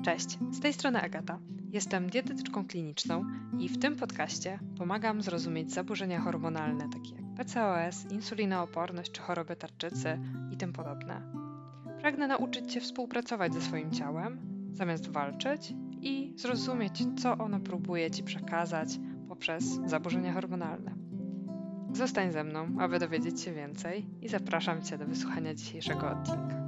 Cześć, z tej strony Agata. Jestem dietetyczką kliniczną i w tym podcaście pomagam zrozumieć zaburzenia hormonalne takie jak PCOS, insulinooporność czy choroby tarczycy i tym podobne. Pragnę nauczyć Cię współpracować ze swoim ciałem, zamiast walczyć i zrozumieć, co ono próbuje Ci przekazać poprzez zaburzenia hormonalne. Zostań ze mną, aby dowiedzieć się więcej i zapraszam Cię do wysłuchania dzisiejszego odcinka.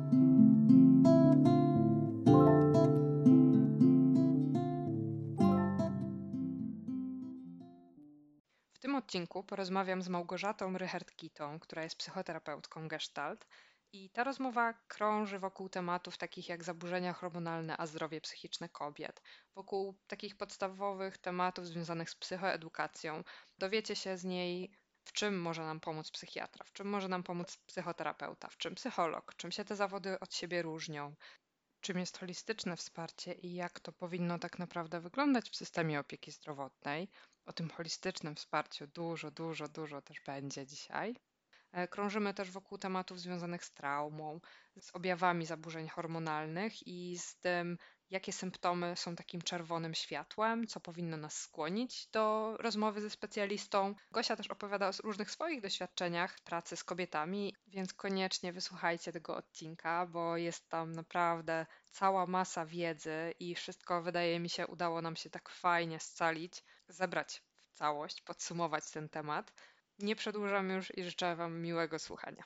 W tym odcinku porozmawiam z Małgorzatą Rychert-Kitą, która jest psychoterapeutką Gestalt i ta rozmowa krąży wokół tematów takich jak zaburzenia hormonalne, a zdrowie psychiczne kobiet, wokół takich podstawowych tematów związanych z psychoedukacją. Dowiecie się z niej, w czym może nam pomóc psychiatra, w czym może nam pomóc psychoterapeuta, w czym psycholog, czym się te zawody od siebie różnią, czym jest holistyczne wsparcie i jak to powinno tak naprawdę wyglądać w systemie opieki zdrowotnej. O tym holistycznym wsparciu dużo też będzie dzisiaj. Krążymy też wokół tematów związanych z traumą, z objawami zaburzeń hormonalnych i z tym, jakie symptomy są takim czerwonym światłem, co powinno nas skłonić do rozmowy ze specjalistą. Gosia też opowiada o różnych swoich doświadczeniach pracy z kobietami, więc koniecznie wysłuchajcie tego odcinka, bo jest tam naprawdę cała masa wiedzy i wszystko, wydaje mi się, udało nam się tak fajnie scalić, zebrać w całość, podsumować ten temat. Nie przedłużam już i życzę Wam miłego słuchania.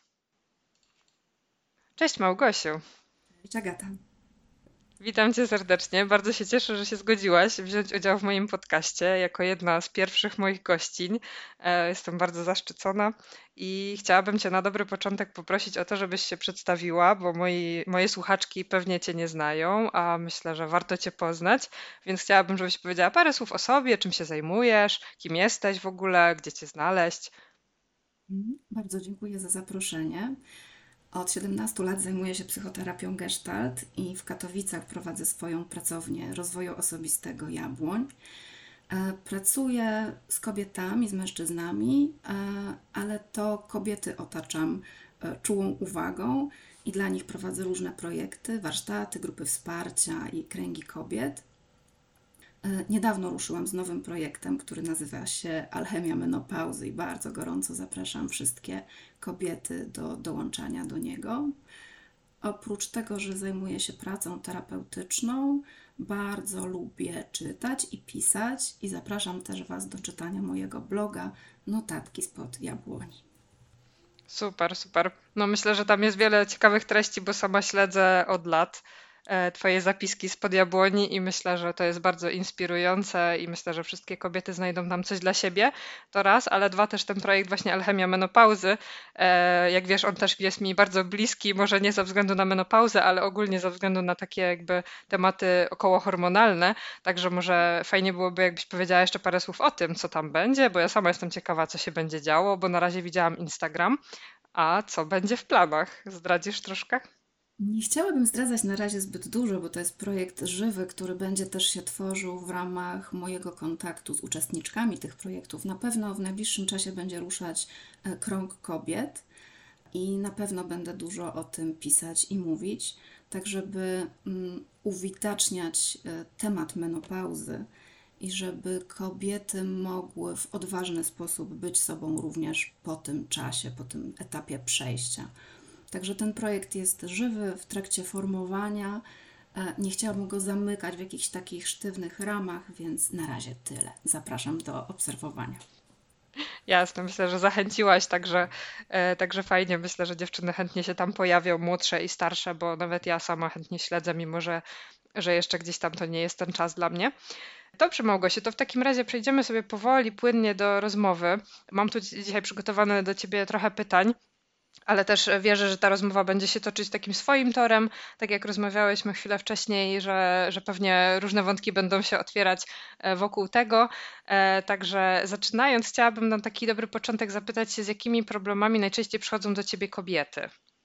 Cześć Małgosiu. Cześć Agata. Witam Cię serdecznie. Bardzo się cieszę, że się zgodziłaś wziąć udział w moim podcaście jako jedna z pierwszych moich gościń. Jestem bardzo zaszczycona i chciałabym Cię na dobry początek poprosić o to, żebyś się przedstawiła, bo moje słuchaczki pewnie Cię nie znają, a myślę, że warto Cię poznać, więc chciałabym, żebyś powiedziała parę słów o sobie, czym się zajmujesz, kim jesteś w ogóle, gdzie Cię znaleźć. Bardzo dziękuję za zaproszenie. Od 17 lat zajmuję się psychoterapią Gestalt i w Katowicach prowadzę swoją pracownię rozwoju osobistego Jabłoń. Pracuję z kobietami, z mężczyznami, ale to kobiety otaczam czułą uwagą i dla nich prowadzę różne projekty, warsztaty, grupy wsparcia i kręgi kobiet. Niedawno ruszyłam z nowym projektem, który nazywa się Alchemia Menopauzy i bardzo gorąco zapraszam wszystkie kobiety do dołączania do niego. Oprócz tego, że zajmuję się pracą terapeutyczną, bardzo lubię czytać i pisać i zapraszam też Was do czytania mojego bloga Notatki spod jabłoni. Super. No myślę, że tam jest wiele ciekawych treści, bo sama śledzę od lat Twoje zapiski spod jabłoni i myślę, że to jest bardzo inspirujące i myślę, że wszystkie kobiety znajdą tam coś dla siebie. To raz, ale dwa, też ten projekt właśnie Alchemia Menopauzy. Jak wiesz, on też jest mi bardzo bliski, może nie ze względu na menopauzę, ale ogólnie ze względu na takie jakby tematy okołohormonalne. Także może fajnie byłoby, jakbyś powiedziała jeszcze parę słów o tym, co tam będzie, bo ja sama jestem ciekawa, co się będzie działo, bo na razie widziałam Instagram. A co będzie w planach? Zdradzisz troszkę? Nie chciałabym zdradzać na razie zbyt dużo, bo to jest projekt żywy, który będzie też się tworzył w ramach mojego kontaktu z uczestniczkami tych projektów. Na pewno w najbliższym czasie będzie ruszać krąg kobiet i na pewno będę dużo o tym pisać i mówić, tak żeby uwidaczniać temat menopauzy i żeby kobiety mogły w odważny sposób być sobą również po tym czasie, po tym etapie przejścia. Także ten projekt jest żywy, w trakcie formowania. Nie chciałabym go zamykać w jakichś takich sztywnych ramach, więc na razie tyle. Zapraszam do obserwowania. Jasne, myślę, że zachęciłaś, także fajnie. Myślę, że dziewczyny chętnie się tam pojawią, młodsze i starsze, bo nawet ja sama chętnie śledzę, mimo że jeszcze gdzieś tam to nie jest ten czas dla mnie. Dobrze, Małgosiu, to w takim razie przejdziemy sobie powoli, płynnie do rozmowy. Mam tu dzisiaj przygotowane do Ciebie trochę pytań. Ale też wierzę, że ta rozmowa będzie się toczyć takim swoim torem, tak jak rozmawiałyśmy chwilę wcześniej, że pewnie różne wątki będą się otwierać wokół tego. Także zaczynając, chciałabym na taki dobry początek zapytać się, z jakimi problemami najczęściej przychodzą do Ciebie kobiety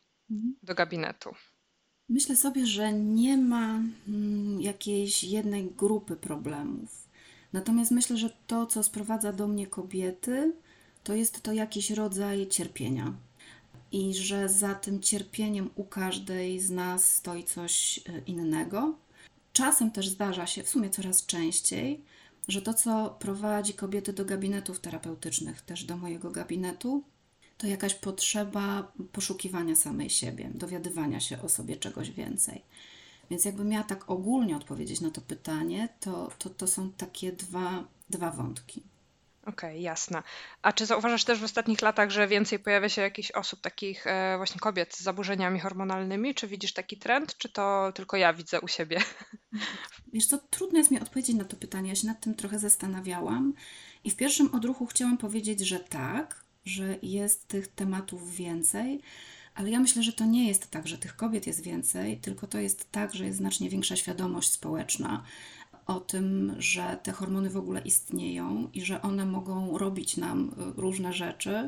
do gabinetu? Myślę sobie, że nie ma jakiejś jednej grupy problemów. Natomiast myślę, że to, co sprowadza do mnie kobiety, to jest to jakiś rodzaj cierpienia. I że za tym cierpieniem u każdej z nas stoi coś innego. czasem też zdarza się, w sumie coraz częściej, że to, co prowadzi kobiety do gabinetów terapeutycznych, też do mojego gabinetu, to jakaś potrzeba poszukiwania samej siebie, dowiadywania się o sobie czegoś więcej. Więc jakbym miała tak ogólnie odpowiedzieć na to pytanie, to są takie dwa wątki. Okej, jasne. A czy zauważasz też w ostatnich latach, że więcej pojawia się jakichś osób, takich właśnie kobiet z zaburzeniami hormonalnymi? Czy widzisz taki trend, czy to tylko ja widzę u siebie? Wiesz co, trudno jest mi odpowiedzieć na to pytanie. Ja się nad tym trochę zastanawiałam i w pierwszym odruchu chciałam powiedzieć, że tak, że jest tych tematów więcej, ale ja myślę, że to nie jest tak, że tych kobiet jest więcej, tylko to jest tak, że jest znacznie większa świadomość społeczna o tym, że te hormony w ogóle istnieją i że one mogą robić nam różne rzeczy.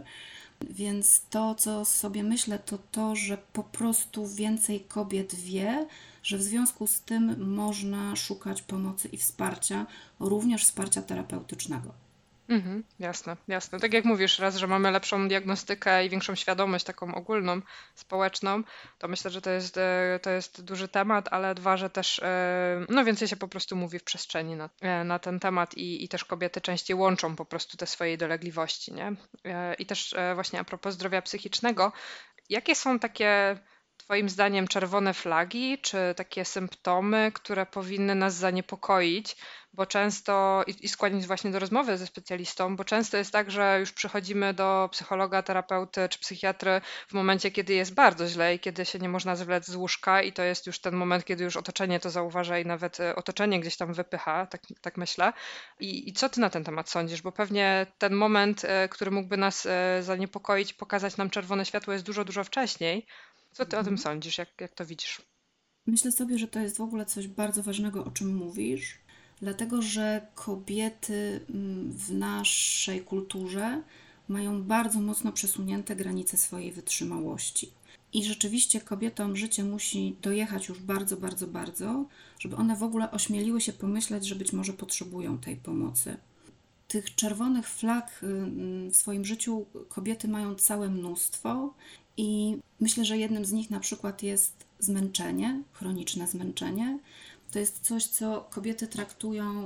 Więc to, co sobie myślę, to to, że po prostu więcej kobiet wie, że w związku z tym można szukać pomocy i wsparcia, również wsparcia terapeutycznego. Mhm, jasne, jasne. Tak jak mówisz, raz, że mamy lepszą diagnostykę i większą świadomość taką ogólną, społeczną, to myślę, że to jest duży temat, ale dwa, że też no więcej się po prostu mówi w przestrzeni na ten temat i też kobiety częściej łączą po prostu te swoje dolegliwości, nie? I też właśnie a propos zdrowia psychicznego, jakie są takie Twoim zdaniem czerwone flagi, czy takie symptomy, które powinny nas zaniepokoić, bo często i skłonić właśnie do rozmowy ze specjalistą, bo często jest tak, że już przychodzimy do psychologa, terapeuty czy psychiatry w momencie, kiedy jest bardzo źle i kiedy się nie można zwlec z łóżka i to jest już ten moment, kiedy już otoczenie to zauważa i nawet otoczenie gdzieś tam wypycha, tak myślę. I co ty na ten temat sądzisz? Bo pewnie ten moment, który mógłby nas zaniepokoić, pokazać nam czerwone światło jest dużo, dużo wcześniej. Co ty o tym Mhm. sądzisz? Jak to widzisz? Myślę sobie, że to jest w ogóle coś bardzo ważnego, o czym mówisz, dlatego że kobiety w naszej kulturze mają bardzo mocno przesunięte granice swojej wytrzymałości. I rzeczywiście kobietom życie musi dojechać już bardzo, bardzo, bardzo, żeby one w ogóle ośmieliły się pomyśleć, że być może potrzebują tej pomocy. Tych czerwonych flag w swoim życiu kobiety mają całe mnóstwo i myślę, że jednym z nich na przykład jest zmęczenie, chroniczne zmęczenie. To jest coś, co kobiety traktują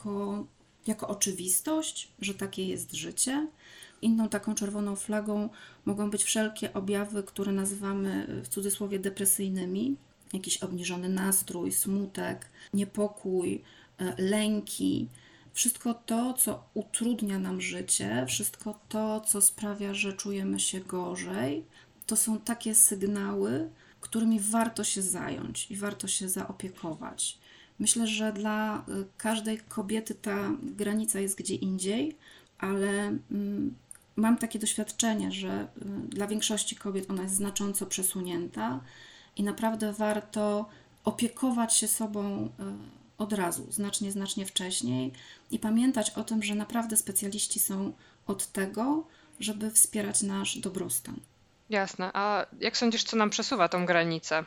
jako oczywistość, że takie jest życie. Inną taką czerwoną flagą mogą być wszelkie objawy, które nazywamy w cudzysłowie depresyjnymi. Jakiś obniżony nastrój, smutek, niepokój, lęki. Wszystko to, co utrudnia nam życie, wszystko to, co sprawia, że czujemy się gorzej, to są takie sygnały, którymi warto się zająć i warto się zaopiekować. Myślę, że dla każdej kobiety ta granica jest gdzie indziej, ale mam takie doświadczenie, że dla większości kobiet ona jest znacząco przesunięta i naprawdę warto opiekować się sobą od razu, znacznie, znacznie wcześniej i pamiętać o tym, że naprawdę specjaliści są od tego, żeby wspierać nasz dobrostan. Jasne. A jak sądzisz, co nam przesuwa tą granicę?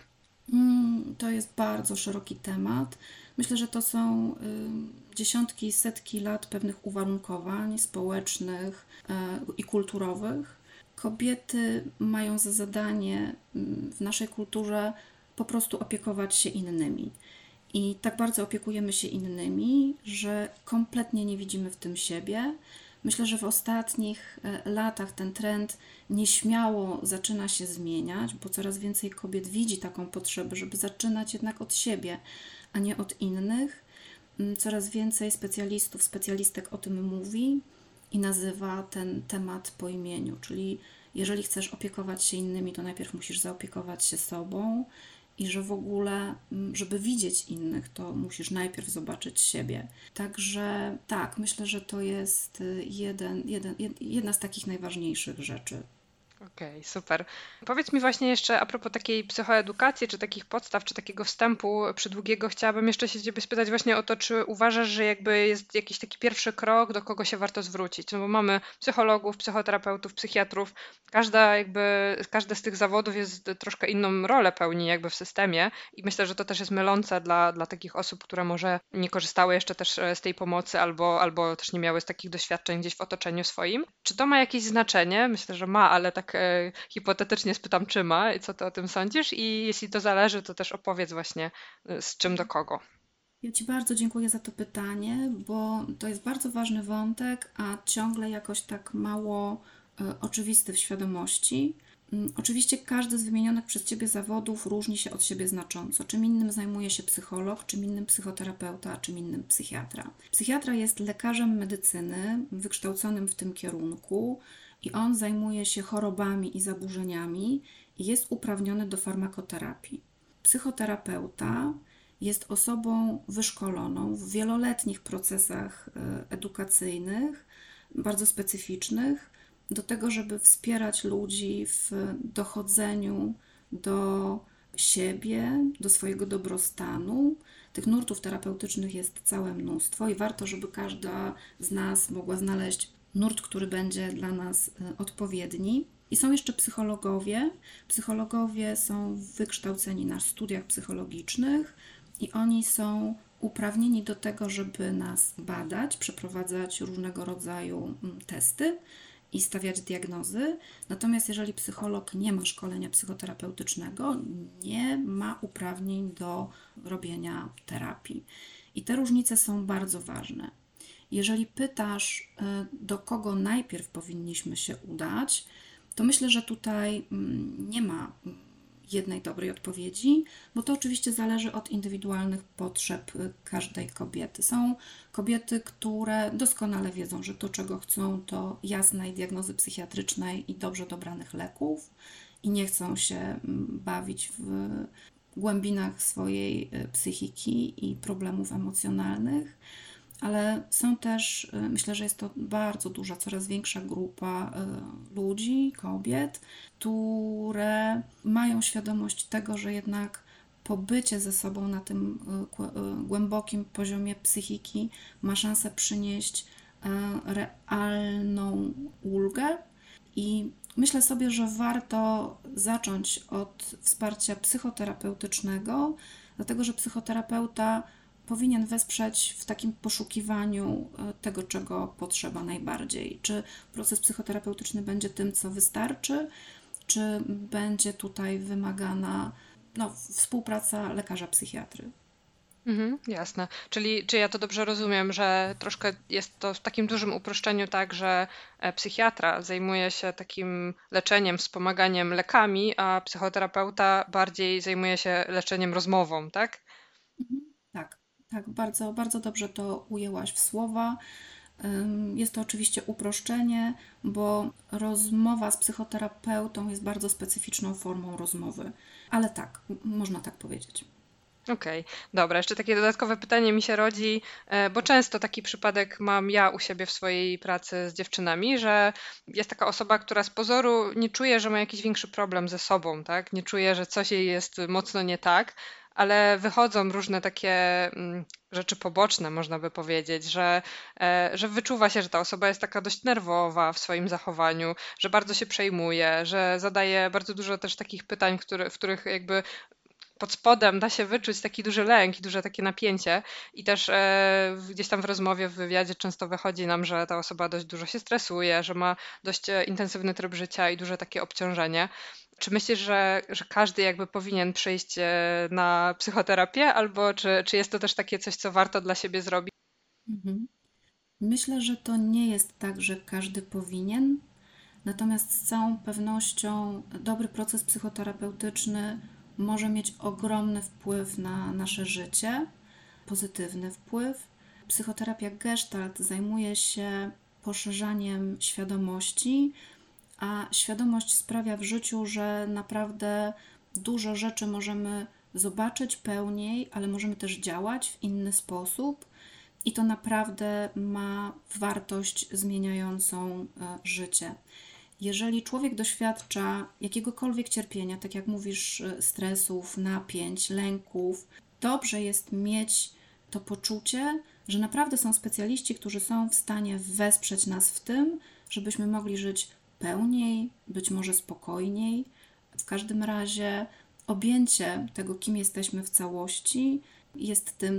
To jest bardzo szeroki temat. Myślę, że to są dziesiątki, setki lat pewnych uwarunkowań społecznych i kulturowych. Kobiety mają za zadanie w naszej kulturze po prostu opiekować się innymi. I tak bardzo opiekujemy się innymi, że kompletnie nie widzimy w tym siebie. Myślę, że w ostatnich latach ten trend nieśmiało zaczyna się zmieniać, bo coraz więcej kobiet widzi taką potrzebę, żeby zaczynać jednak od siebie, a nie od innych. Coraz więcej specjalistów, specjalistek o tym mówi i nazywa ten temat po imieniu, czyli jeżeli chcesz opiekować się innymi, to najpierw musisz zaopiekować się sobą i że w ogóle, żeby widzieć innych, to musisz najpierw zobaczyć siebie. Także tak, myślę, że to jest jedna z takich najważniejszych rzeczy. Okej, super. Powiedz mi właśnie jeszcze a propos takiej psychoedukacji, czy takich podstaw, czy takiego wstępu przydługiego, chciałabym jeszcze się ciebie spytać właśnie o to, czy uważasz, że jakby jest jakiś taki pierwszy krok, do kogo się warto zwrócić? No bo mamy psychologów, psychoterapeutów, psychiatrów, każdy z tych zawodów jest troszkę inną rolę pełni jakby w systemie i myślę, że to też jest mylące dla takich osób, które może nie korzystały jeszcze też z tej pomocy albo też nie miały z takich doświadczeń gdzieś w otoczeniu swoim. Czy to ma jakieś znaczenie? Myślę, że ma, ale tak hipotetycznie spytam, czy ma i co ty o tym sądzisz? I jeśli to zależy, to też opowiedz właśnie z czym do kogo. Ja Ci bardzo dziękuję za to pytanie, bo to jest bardzo ważny wątek, a ciągle jakoś tak mało oczywisty w świadomości. Oczywiście każdy z wymienionych przez Ciebie zawodów różni się od siebie znacząco. Czym innym zajmuje się psycholog, czym innym psychoterapeuta, a czym innym psychiatra. Psychiatra jest lekarzem medycyny wykształconym w tym kierunku i on zajmuje się chorobami i zaburzeniami i jest uprawniony do farmakoterapii. Psychoterapeuta jest osobą wyszkoloną w wieloletnich procesach edukacyjnych, bardzo specyficznych, do tego, żeby wspierać ludzi w dochodzeniu do siebie, do swojego dobrostanu. Tych nurtów terapeutycznych jest całe mnóstwo i warto, żeby każda z nas mogła znaleźć nurt, który będzie dla nas odpowiedni. I są jeszcze psychologowie. Psychologowie są wykształceni na studiach psychologicznych i oni są uprawnieni do tego, żeby nas badać, przeprowadzać różnego rodzaju testy i stawiać diagnozy. Natomiast jeżeli psycholog nie ma szkolenia psychoterapeutycznego, nie ma uprawnień do robienia terapii. I te różnice są bardzo ważne. Jeżeli pytasz, do kogo najpierw powinniśmy się udać, to myślę, że tutaj nie ma jednej dobrej odpowiedzi, bo to oczywiście zależy od indywidualnych potrzeb każdej kobiety. Są kobiety, które doskonale wiedzą, że to, czego chcą, to jasnej diagnozy psychiatrycznej i dobrze dobranych leków i nie chcą się bawić w głębinach swojej psychiki i problemów emocjonalnych, ale są też, myślę, że jest to bardzo duża, coraz większa grupa ludzi, kobiet, które mają świadomość tego, że jednak pobycie ze sobą na tym głębokim poziomie psychiki ma szansę przynieść realną ulgę. I myślę sobie, że warto zacząć od wsparcia psychoterapeutycznego, dlatego że psychoterapeuta powinien wesprzeć w takim poszukiwaniu tego, czego potrzeba najbardziej. Czy proces psychoterapeutyczny będzie tym, co wystarczy, czy będzie tutaj wymagana współpraca lekarza psychiatry. Jasne. Czyli czy ja to dobrze rozumiem, że troszkę jest to w takim dużym uproszczeniu tak, że psychiatra zajmuje się takim leczeniem, wspomaganiem lekami, a psychoterapeuta bardziej zajmuje się leczeniem rozmową, tak? Tak, tak, bardzo, bardzo dobrze to ujęłaś w słowa. Jest to oczywiście uproszczenie, bo rozmowa z psychoterapeutą jest bardzo specyficzną formą rozmowy, ale tak, można tak powiedzieć. Okej, dobra. Jeszcze takie dodatkowe pytanie mi się rodzi, bo często taki przypadek mam ja u siebie w swojej pracy z dziewczynami, że jest taka osoba, która z pozoru nie czuje, że ma jakiś większy problem ze sobą, tak? Nie czuje, że coś jej jest mocno nie tak, ale wychodzą różne takie rzeczy poboczne, można by powiedzieć, że wyczuwa się, że ta osoba jest taka dość nerwowa w swoim zachowaniu, że bardzo się przejmuje, że zadaje bardzo dużo też takich pytań, w których jakby pod spodem da się wyczuć taki duży lęk i duże takie napięcie. I też gdzieś tam w rozmowie, w wywiadzie często wychodzi nam, że ta osoba dość dużo się stresuje, że ma dość intensywny tryb życia i duże takie obciążenie. Czy myślisz, że każdy jakby powinien przyjść na psychoterapię, albo czy jest to też takie coś, co warto dla siebie zrobić? Mhm. Myślę, że to nie jest tak, że każdy powinien, natomiast z całą pewnością dobry proces psychoterapeutyczny może mieć ogromny wpływ na nasze życie, pozytywny wpływ. Psychoterapia Gestalt zajmuje się poszerzaniem świadomości, a świadomość sprawia w życiu, że naprawdę dużo rzeczy możemy zobaczyć pełniej, ale możemy też działać w inny sposób. I to naprawdę ma wartość zmieniającą życie. Jeżeli człowiek doświadcza jakiegokolwiek cierpienia, tak jak mówisz, stresów, napięć, lęków, dobrze jest mieć to poczucie, że naprawdę są specjaliści, którzy są w stanie wesprzeć nas w tym, żebyśmy mogli żyć pełniej, być może spokojniej. W każdym razie objęcie tego, kim jesteśmy w całości, jest tym,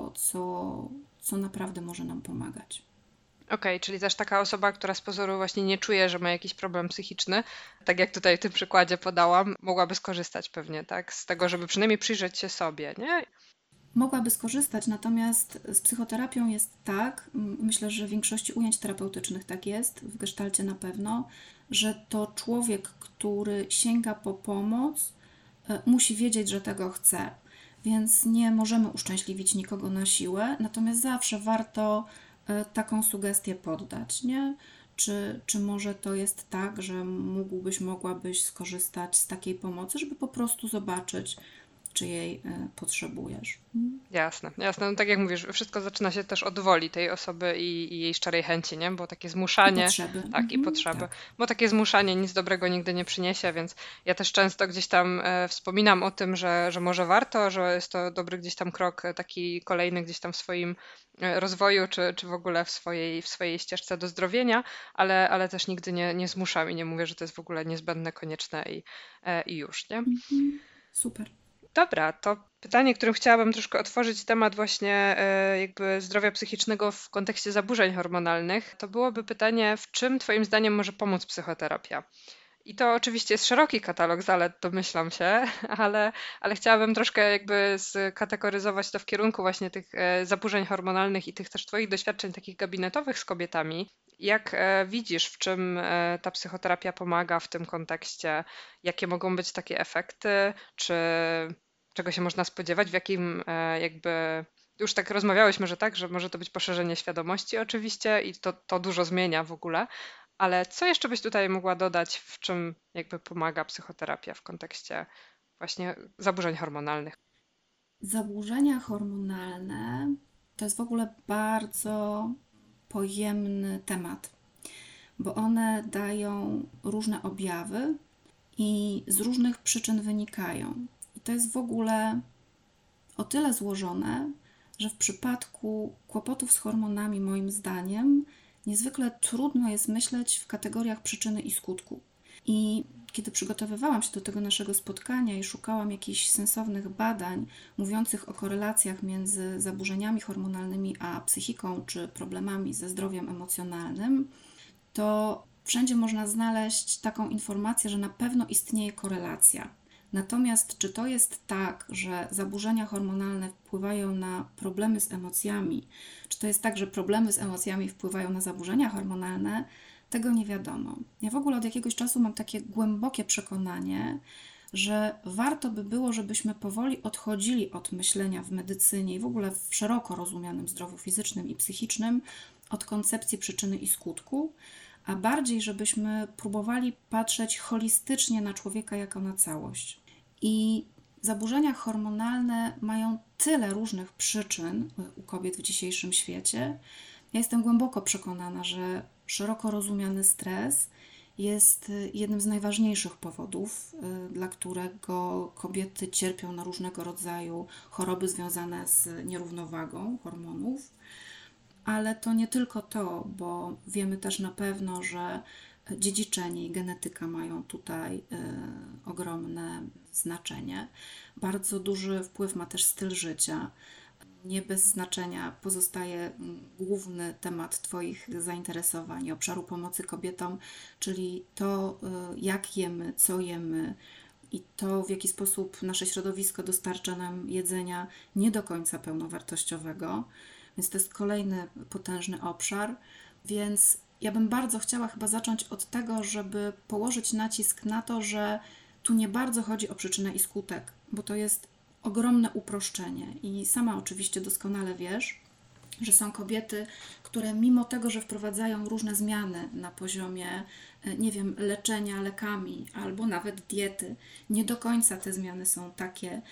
co naprawdę może nam pomagać. Okej, czyli też taka osoba, która z pozoru właśnie nie czuje, że ma jakiś problem psychiczny, tak jak tutaj w tym przykładzie podałam, mogłaby skorzystać pewnie, tak? Z tego, żeby przynajmniej przyjrzeć się sobie, nie? mogłaby skorzystać, natomiast z psychoterapią jest tak, myślę, że w większości ujęć terapeutycznych tak jest, w gestalcie na pewno, że to człowiek, który sięga po pomoc, musi wiedzieć, że tego chce. Więc nie możemy uszczęśliwić nikogo na siłę, natomiast zawsze warto taką sugestię poddać, nie? Czy może to jest tak, że mogłabyś skorzystać z takiej pomocy, żeby po prostu zobaczyć, czy jej potrzebujesz. Jasne, jasne. No tak jak mówisz, wszystko zaczyna się też od woli tej osoby i jej szczerej chęci, nie? Bo takie I zmuszanie, potrzeby. tak, i potrzeby, Tak. bo takie zmuszanie nic dobrego nigdy nie przyniesie, więc ja też często gdzieś tam wspominam o tym, że może warto, że jest to dobry gdzieś tam krok, taki kolejny gdzieś tam w swoim rozwoju, czy w ogóle w swojej ścieżce do zdrowienia, ale też nigdy nie zmuszam i nie mówię, że to jest w ogóle niezbędne, konieczne i już, nie? Super. Dobra, to pytanie, którym chciałabym troszkę otworzyć temat właśnie jakby zdrowia psychicznego w kontekście zaburzeń hormonalnych, to byłoby pytanie, w czym Twoim zdaniem może pomóc psychoterapia? I to oczywiście jest szeroki katalog zalet, domyślam się, ale chciałabym troszkę jakby skategoryzować to w kierunku właśnie tych zaburzeń hormonalnych i tych też Twoich doświadczeń takich gabinetowych z kobietami. Jak widzisz, w czym ta psychoterapia pomaga w tym kontekście? Jakie mogą być takie efekty? Czy czego się można spodziewać? W jakim jakby... Już tak rozmawiałyśmy, że tak, że może to być poszerzenie świadomości oczywiście i to dużo zmienia w ogóle, ale co jeszcze byś tutaj mogła dodać, w czym jakby pomaga psychoterapia w kontekście właśnie zaburzeń hormonalnych? Zaburzenia hormonalne to jest w ogóle bardzo pojemny temat, bo one dają różne objawy i z różnych przyczyn wynikają. I to jest w ogóle o tyle złożone, że w przypadku kłopotów z hormonami, moim zdaniem, niezwykle trudno jest myśleć w kategoriach przyczyny i skutku. I kiedy przygotowywałam się do tego naszego spotkania i szukałam jakichś sensownych badań mówiących o korelacjach między zaburzeniami hormonalnymi a psychiką czy problemami ze zdrowiem emocjonalnym, to wszędzie można znaleźć taką informację, że na pewno istnieje korelacja. Natomiast czy to jest tak, że zaburzenia hormonalne wpływają na problemy z emocjami, czy to jest tak, że problemy z emocjami wpływają na zaburzenia hormonalne, tego nie wiadomo. Ja w ogóle od jakiegoś czasu mam takie głębokie przekonanie, że warto by było, żebyśmy powoli odchodzili od myślenia w medycynie i w ogóle w szeroko rozumianym zdrowiu fizycznym i psychicznym od koncepcji przyczyny i skutku, a bardziej, żebyśmy próbowali patrzeć holistycznie na człowieka jako na całość. I zaburzenia hormonalne mają tyle różnych przyczyn u kobiet w dzisiejszym świecie. Ja jestem głęboko przekonana, że szeroko rozumiany stres jest jednym z najważniejszych powodów, dla którego kobiety cierpią na różnego rodzaju choroby związane z nierównowagą hormonów. Ale to nie tylko to, bo wiemy też na pewno, że dziedziczenie i genetyka mają tutaj ogromne znaczenie. Bardzo duży wpływ ma też styl życia. Nie bez znaczenia pozostaje główny temat Twoich zainteresowań i obszaru pomocy kobietom, czyli to, jak jemy, co jemy i to, w jaki sposób nasze środowisko dostarcza nam jedzenia nie do końca pełnowartościowego. Więc to jest kolejny potężny obszar. Więc ja bym bardzo chciała chyba zacząć od tego, żeby położyć nacisk na to, że tu nie bardzo chodzi o przyczynę i skutek, bo to jest ogromne uproszczenie. I sama oczywiście doskonale wiesz, że są kobiety, które mimo tego, że wprowadzają różne zmiany na poziomie, nie wiem, leczenia lekami albo nawet diety, nie do końca te zmiany są takie,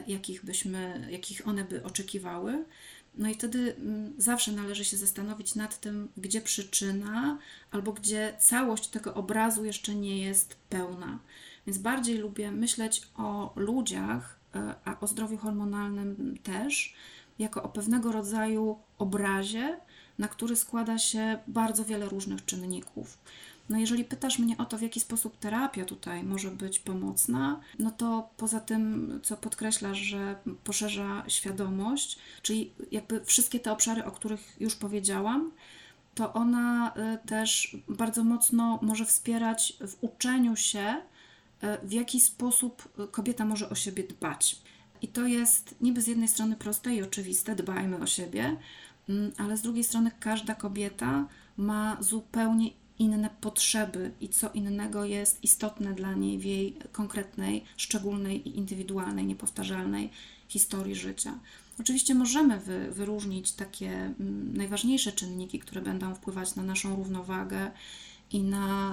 jakich one by oczekiwały. No i wtedy zawsze należy się zastanowić nad tym, gdzie przyczyna albo gdzie całość tego obrazu jeszcze nie jest pełna. Więc bardziej lubię myśleć o ludziach, a o zdrowiu hormonalnym też, jako o pewnego rodzaju obrazie, na który składa się bardzo wiele różnych czynników. No jeżeli pytasz mnie o to, w jaki sposób terapia tutaj może być pomocna, no to poza tym, co podkreślasz, że poszerza świadomość, czyli jakby wszystkie te obszary, o których już powiedziałam, to ona też bardzo mocno może wspierać w uczeniu się, w jaki sposób kobieta może o siebie dbać. I to jest niby z jednej strony proste i oczywiste, dbajmy o siebie, ale z drugiej strony każda kobieta ma zupełnie inne potrzeby i co innego jest istotne dla niej w jej konkretnej, szczególnej i indywidualnej, niepowtarzalnej historii życia. Oczywiście możemy wyróżnić takie najważniejsze czynniki, które będą wpływać na naszą równowagę i na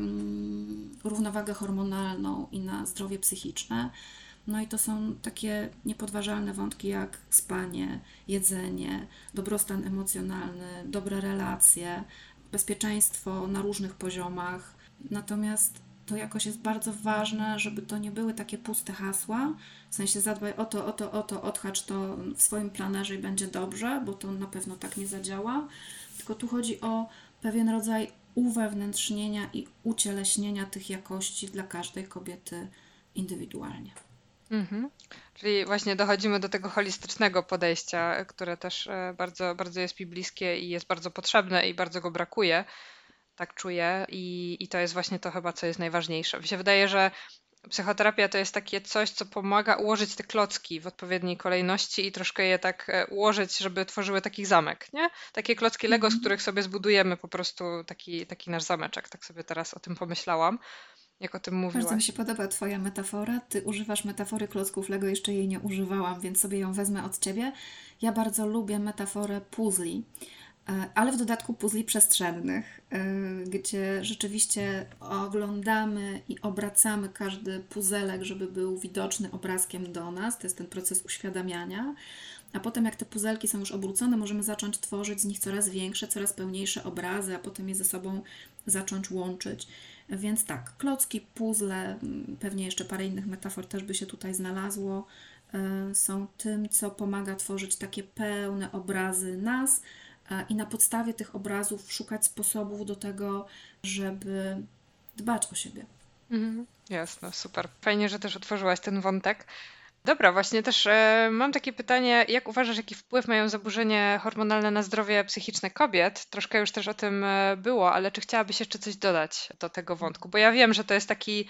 równowagę hormonalną i na zdrowie psychiczne. No i to są takie niepodważalne wątki jak spanie, jedzenie, dobrostan emocjonalny, dobre relacje, bezpieczeństwo na różnych poziomach. Natomiast to jakoś jest bardzo ważne, żeby to nie były takie puste hasła, w sensie zadbaj o to, odhacz to w swoim planerze i będzie dobrze, bo to na pewno tak nie zadziała. Tylko tu chodzi o pewien rodzaj uwewnętrznienia i ucieleśnienia tych jakości dla każdej kobiety indywidualnie. Mhm. Czyli właśnie dochodzimy do tego holistycznego podejścia, które też bardzo, bardzo jest mi bliskie i jest bardzo potrzebne i bardzo go brakuje, tak czuję. I to jest właśnie to chyba, co jest najważniejsze. Mi się wydaje, że psychoterapia to jest takie coś, co pomaga ułożyć te klocki w odpowiedniej kolejności i troszkę je tak ułożyć, żeby tworzyły taki zamek, nie? Takie klocki Lego, z których sobie zbudujemy po prostu taki nasz zameczek. Tak sobie teraz o tym pomyślałam, jak o tym Bardzo mi mówiłaś. się podoba Twoja metafora. Ty używasz metafory klocków Lego, jeszcze jej nie używałam, więc sobie ją wezmę od Ciebie. Ja bardzo lubię metaforę puzli, ale w dodatku puzli przestrzennych, gdzie rzeczywiście oglądamy i obracamy każdy puzelek, żeby był widoczny obrazkiem do nas. To jest ten proces uświadamiania. A potem, jak te puzelki są już obrócone, możemy zacząć tworzyć z nich coraz większe, coraz pełniejsze obrazy, a potem je ze sobą zacząć łączyć. Więc tak, klocki, puzzle, pewnie jeszcze parę innych metafor też by się tutaj znalazło, są tym, co pomaga tworzyć takie pełne obrazy nas i na podstawie tych obrazów szukać sposobów do tego, żeby dbać o siebie. Mhm. Jasne, super. Fajnie, że też otworzyłaś ten wątek. Dobra, właśnie też mam takie pytanie, jak uważasz, jaki wpływ mają zaburzenia hormonalne na zdrowie psychiczne kobiet? Troszkę już też o tym było, ale czy chciałabyś jeszcze coś dodać do tego wątku? Bo ja wiem, że to jest taki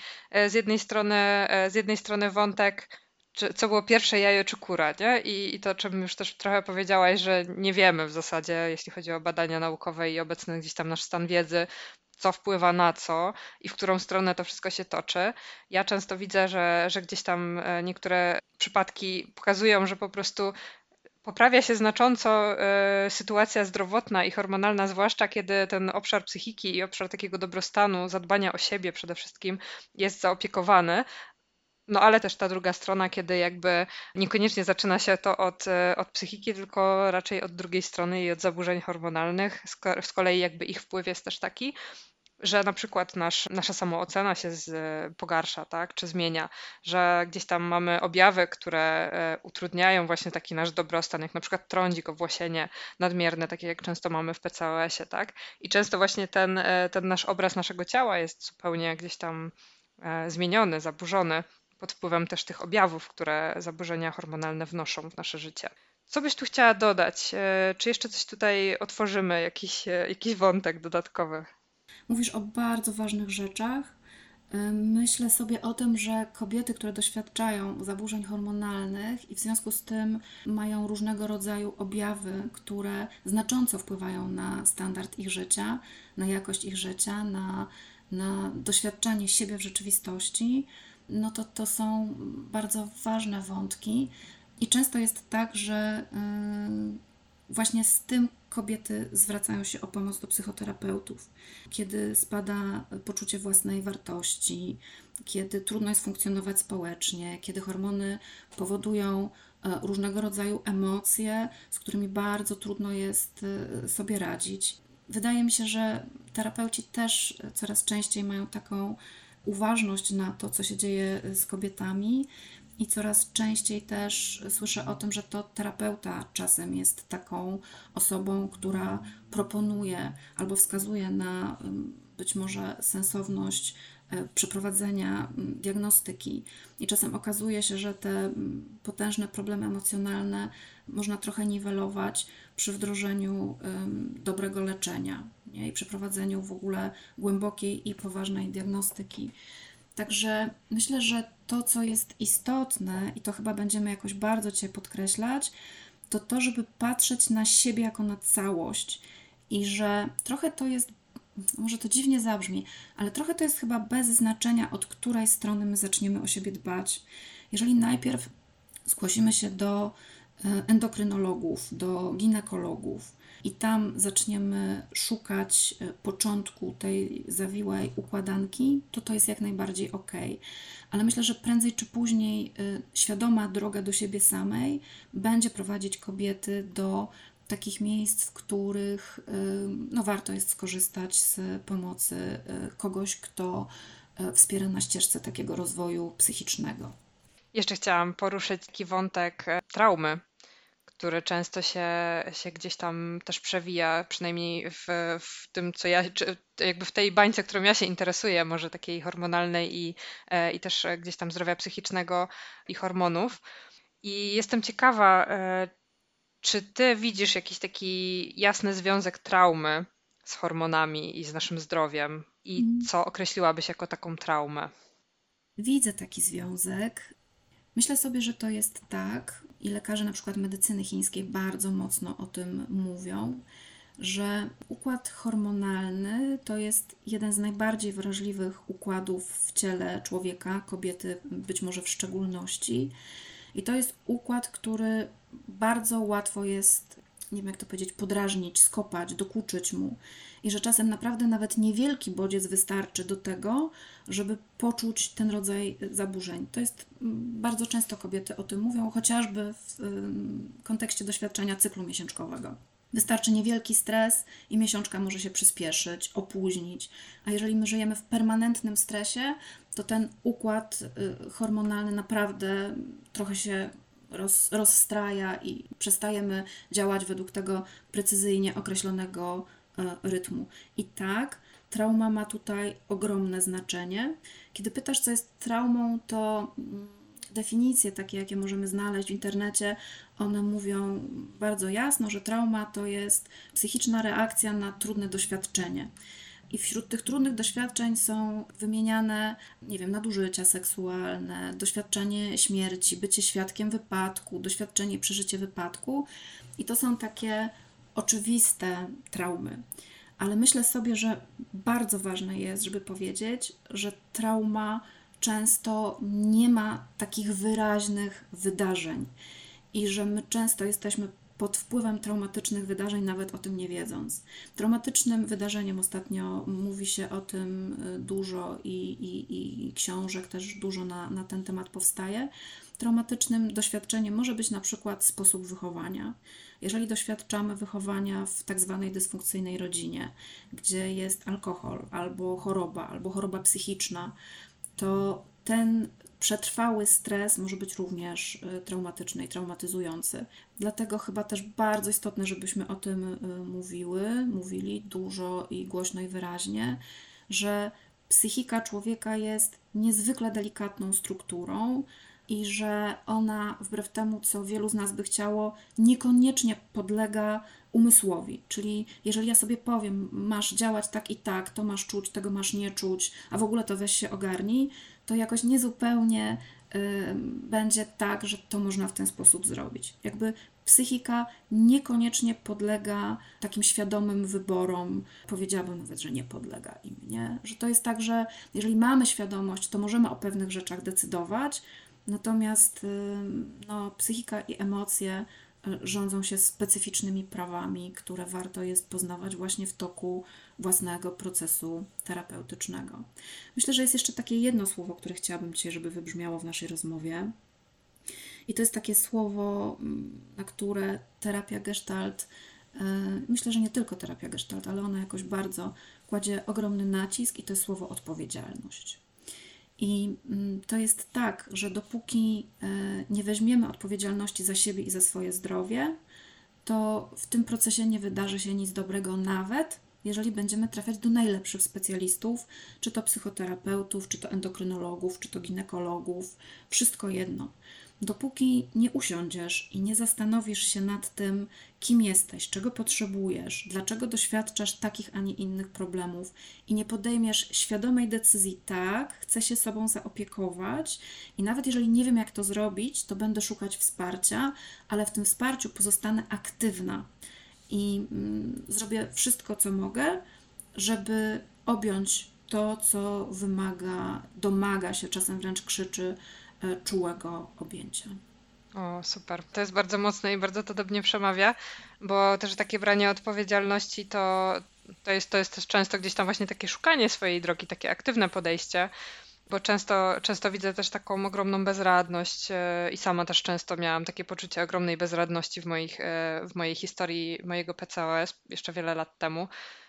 z jednej strony wątek, co było pierwsze, jajo czy kura, nie? I to, o czym już też trochę powiedziałaś, że nie wiemy w zasadzie, jeśli chodzi o badania naukowe i obecny gdzieś tam nasz stan wiedzy, co wpływa na co i w którą stronę to wszystko się toczy. Ja często widzę, że gdzieś tam niektóre przypadki pokazują, że po prostu poprawia się znacząco sytuacja zdrowotna i hormonalna, zwłaszcza kiedy ten obszar psychiki i obszar takiego dobrostanu, zadbania o siebie przede wszystkim jest zaopiekowany. No ale też ta druga strona, kiedy jakby niekoniecznie zaczyna się to od psychiki, tylko raczej od drugiej strony i od zaburzeń hormonalnych. Z kolei jakby ich wpływ jest też taki, że na przykład nasza samoocena się pogarsza, tak, czy zmienia, że gdzieś tam mamy objawy, które utrudniają właśnie taki nasz dobrostan, jak na przykład trądzik, owłosienie nadmierne, takie jak często mamy w PCOS-ie, tak? I często właśnie ten nasz obraz naszego ciała jest zupełnie gdzieś tam zmieniony, zaburzony pod wpływem też tych objawów, które zaburzenia hormonalne wnoszą w nasze życie. Co byś tu chciała dodać? Czy jeszcze coś tutaj otworzymy, jakiś wątek dodatkowy? Mówisz o bardzo ważnych rzeczach. Myślę sobie o tym, że kobiety, które doświadczają zaburzeń hormonalnych i w związku z tym mają różnego rodzaju objawy, które znacząco wpływają na standard ich życia, na jakość ich życia, na doświadczanie siebie w rzeczywistości, no to są bardzo ważne wątki. I często jest tak, że właśnie z tym kobiety zwracają się o pomoc do psychoterapeutów. Kiedy spada poczucie własnej wartości, kiedy trudno jest funkcjonować społecznie, kiedy hormony powodują różnego rodzaju emocje, z którymi bardzo trudno jest sobie radzić. Wydaje mi się, że terapeuci też coraz częściej mają taką uważność na to, co się dzieje z kobietami. I coraz częściej też słyszę o tym, że to terapeuta czasem jest taką osobą, która proponuje albo wskazuje na być może sensowność przeprowadzenia diagnostyki. I czasem okazuje się, że te potężne problemy emocjonalne można trochę niwelować przy wdrożeniu dobrego leczenia, nie? I przeprowadzeniu w ogóle głębokiej i poważnej diagnostyki. Także myślę, że to, co jest istotne, i to chyba będziemy jakoś bardzo dzisiaj podkreślać, to to, żeby patrzeć na siebie jako na całość i że trochę to jest, może to dziwnie zabrzmi, ale trochę to jest chyba bez znaczenia, od której strony my zaczniemy o siebie dbać. Jeżeli najpierw zgłosimy się do endokrynologów, do ginekologów i tam zaczniemy szukać początku tej zawiłej układanki, to jest jak najbardziej ok. Ale myślę, że prędzej czy później świadoma droga do siebie samej będzie prowadzić kobiety do takich miejsc, w których warto jest skorzystać z pomocy kogoś, kto wspiera na ścieżce takiego rozwoju psychicznego. Jeszcze chciałam poruszyć taki wątek traumy, który często się gdzieś tam też przewija, przynajmniej w tym, co ja, jakby w tej bańce, którą ja się interesuję, może takiej hormonalnej i też gdzieś tam zdrowia psychicznego i hormonów. I jestem ciekawa, czy ty widzisz jakiś taki jasny związek traumy z hormonami i z naszym zdrowiem? I co określiłabyś jako taką traumę? Widzę taki związek. Myślę sobie, że to jest tak, i lekarze na przykład medycyny chińskiej bardzo mocno o tym mówią, że układ hormonalny to jest jeden z najbardziej wrażliwych układów w ciele człowieka, kobiety być może w szczególności. I to jest układ, który bardzo łatwo jest, nie wiem jak to powiedzieć, podrażnić, skopać, dokuczyć mu. I że czasem naprawdę nawet niewielki bodziec wystarczy do tego, żeby poczuć ten rodzaj zaburzeń. To jest bardzo często kobiety o tym mówią, chociażby w kontekście doświadczenia cyklu miesiączkowego. Wystarczy niewielki stres i miesiączka może się przyspieszyć, opóźnić. A jeżeli my żyjemy w permanentnym stresie, to ten układ hormonalny naprawdę trochę się rozstraja i przestajemy działać według tego precyzyjnie określonego rytmu. I tak, trauma ma tutaj ogromne znaczenie. Kiedy pytasz, co jest traumą, to definicje takie, jakie możemy znaleźć w internecie, one mówią bardzo jasno, że trauma to jest psychiczna reakcja na trudne doświadczenie. I wśród tych trudnych doświadczeń są wymieniane, nie wiem, nadużycia seksualne, doświadczenie śmierci, bycie świadkiem wypadku, doświadczenie i przeżycie wypadku. I to są takie oczywiste traumy. Ale myślę sobie, że bardzo ważne jest, żeby powiedzieć, że trauma często nie ma takich wyraźnych wydarzeń i że my często jesteśmy pod wpływem traumatycznych wydarzeń, nawet o tym nie wiedząc. Traumatycznym wydarzeniem ostatnio mówi się o tym dużo i książek też dużo na ten temat powstaje. Traumatycznym doświadczeniem może być na przykład sposób wychowania. Jeżeli doświadczamy wychowania w tak zwanej dysfunkcyjnej rodzinie, gdzie jest alkohol, albo choroba psychiczna, to ten przetrwały stres może być również traumatyczny i traumatyzujący. Dlatego chyba też bardzo istotne, żebyśmy o tym mówili dużo i głośno i wyraźnie, że psychika człowieka jest niezwykle delikatną strukturą i że ona, wbrew temu, co wielu z nas by chciało, niekoniecznie podlega umysłowi. Czyli jeżeli ja sobie powiem, masz działać tak i tak, to masz czuć, tego masz nie czuć, a w ogóle to weź się ogarnij, to jakoś niezupełnie będzie tak, że to można w ten sposób zrobić. Jakby psychika niekoniecznie podlega takim świadomym wyborom, powiedziałabym nawet, że nie podlega im, nie? Że to jest tak, że jeżeli mamy świadomość, to możemy o pewnych rzeczach decydować, natomiast psychika i emocje rządzą się specyficznymi prawami, które warto jest poznawać właśnie w toku własnego procesu terapeutycznego. Myślę, że jest jeszcze takie jedno słowo, które chciałabym dzisiaj, żeby wybrzmiało w naszej rozmowie. I to jest takie słowo, na które terapia Gestalt, myślę, że nie tylko terapia Gestalt, ale ona jakoś bardzo kładzie ogromny nacisk i to jest słowo odpowiedzialność. I to jest tak, że dopóki nie weźmiemy odpowiedzialności za siebie i za swoje zdrowie, to w tym procesie nie wydarzy się nic dobrego, nawet jeżeli będziemy trafiać do najlepszych specjalistów, czy to psychoterapeutów, czy to endokrynologów, czy to ginekologów, wszystko jedno. dopóki nie usiądziesz i nie zastanowisz się nad tym, kim jesteś, czego potrzebujesz, dlaczego doświadczasz takich, a nie innych problemów i nie podejmiesz świadomej decyzji, tak, chcę się sobą zaopiekować i nawet jeżeli nie wiem, jak to zrobić, to będę szukać wsparcia, ale w tym wsparciu pozostanę aktywna i zrobię wszystko, co mogę, żeby objąć to, co wymaga, domaga się, czasem wręcz krzyczy, czułego objęcia. O, super. To jest bardzo mocne i bardzo to do mnie przemawia, bo też takie branie odpowiedzialności to jest też często gdzieś tam właśnie takie szukanie swojej drogi, takie aktywne podejście, bo często widzę też taką ogromną bezradność i sama też często miałam takie poczucie ogromnej bezradności w mojej historii mojego PCOS jeszcze wiele lat temu.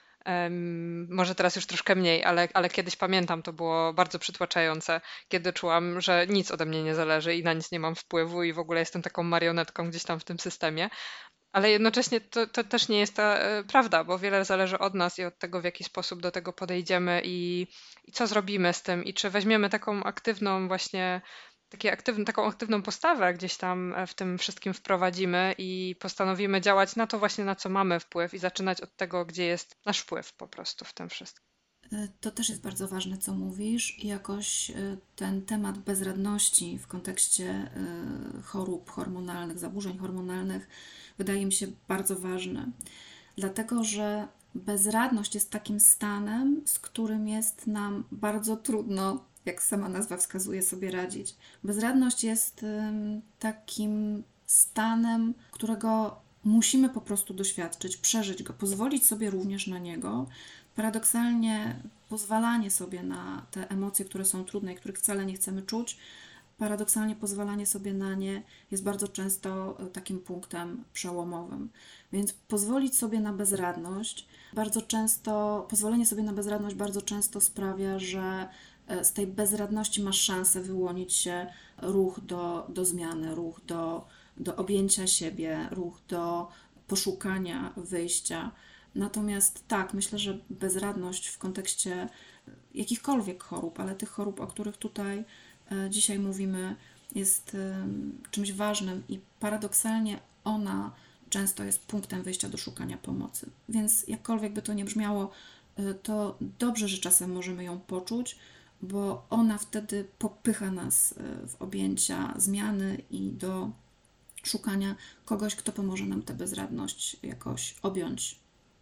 Może teraz już troszkę mniej, ale kiedyś pamiętam, to było bardzo przytłaczające, kiedy czułam, że nic ode mnie nie zależy i na nic nie mam wpływu i w ogóle jestem taką marionetką gdzieś tam w tym systemie. Ale jednocześnie to też nie jest ta prawda, bo wiele zależy od nas i od tego, w jaki sposób do tego podejdziemy i co zrobimy z tym i czy weźmiemy taką aktywną właśnie taką aktywną postawę gdzieś tam w tym wszystkim wprowadzimy i postanowimy działać na to właśnie, na co mamy wpływ i zaczynać od tego, gdzie jest nasz wpływ po prostu w tym wszystkim. To też jest bardzo ważne, co mówisz. I jakoś ten temat bezradności w kontekście chorób hormonalnych, zaburzeń hormonalnych wydaje mi się bardzo ważny. Dlatego, że bezradność jest takim stanem, z którym jest nam bardzo trudno, jak sama nazwa wskazuje, sobie radzić. Bezradność jest takim stanem, którego musimy po prostu doświadczyć, przeżyć go, pozwolić sobie również na niego. Paradoksalnie pozwalanie sobie na te emocje, które są trudne i których wcale nie chcemy czuć, paradoksalnie pozwalanie sobie na nie jest bardzo często takim punktem przełomowym. Więc pozwolić sobie na bezradność pozwolenie sobie na bezradność bardzo często sprawia, że z tej bezradności masz szansę wyłonić się ruch do zmiany, ruch do objęcia siebie, ruch do poszukania wyjścia. Natomiast tak, myślę, że bezradność w kontekście jakichkolwiek chorób, ale tych chorób, o których tutaj dzisiaj mówimy, jest czymś ważnym i paradoksalnie ona często jest punktem wyjścia do szukania pomocy. Więc jakkolwiek by to nie brzmiało, to dobrze, że czasem możemy ją poczuć, bo ona wtedy popycha nas w objęcia zmiany i do szukania kogoś, kto pomoże nam tę bezradność jakoś objąć.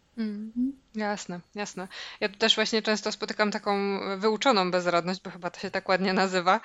Jasne, jasne. Ja tu też właśnie często spotykam taką wyuczoną bezradność, bo chyba to się tak ładnie nazywa,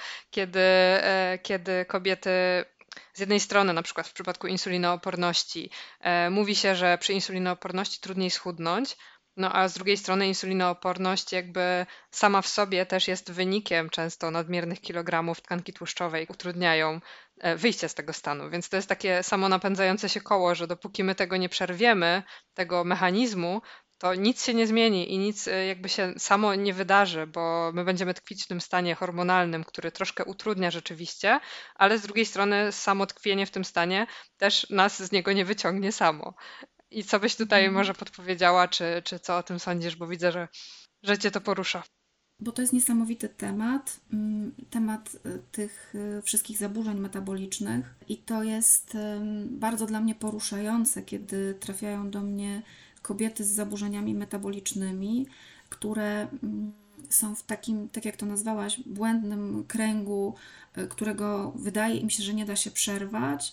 kiedy kobiety z jednej strony, na przykład w przypadku insulinooporności, mówi się, że przy insulinooporności trudniej schudnąć, no a z drugiej strony insulinooporność jakby sama w sobie też jest wynikiem często nadmiernych kilogramów tkanki tłuszczowej, utrudniają wyjście z tego stanu. Więc to jest takie samo napędzające się koło, że dopóki my tego nie przerwiemy, tego mechanizmu, to nic się nie zmieni i nic jakby się samo nie wydarzy, bo my będziemy tkwić w tym stanie hormonalnym, który troszkę utrudnia rzeczywiście, ale z drugiej strony samo tkwienie w tym stanie też nas z niego nie wyciągnie samo. I co byś tutaj może podpowiedziała, czy co o tym sądzisz, bo widzę, że cię to porusza. Bo to jest niesamowity temat, temat tych wszystkich zaburzeń metabolicznych i to jest bardzo dla mnie poruszające, kiedy trafiają do mnie kobiety z zaburzeniami metabolicznymi, które są w takim, tak jak to nazwałaś, błędnym kręgu, którego wydaje im się, że nie da się przerwać.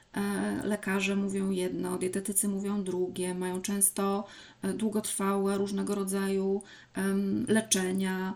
Lekarze mówią jedno, dietetycy mówią drugie, mają często długotrwałe różnego rodzaju leczenia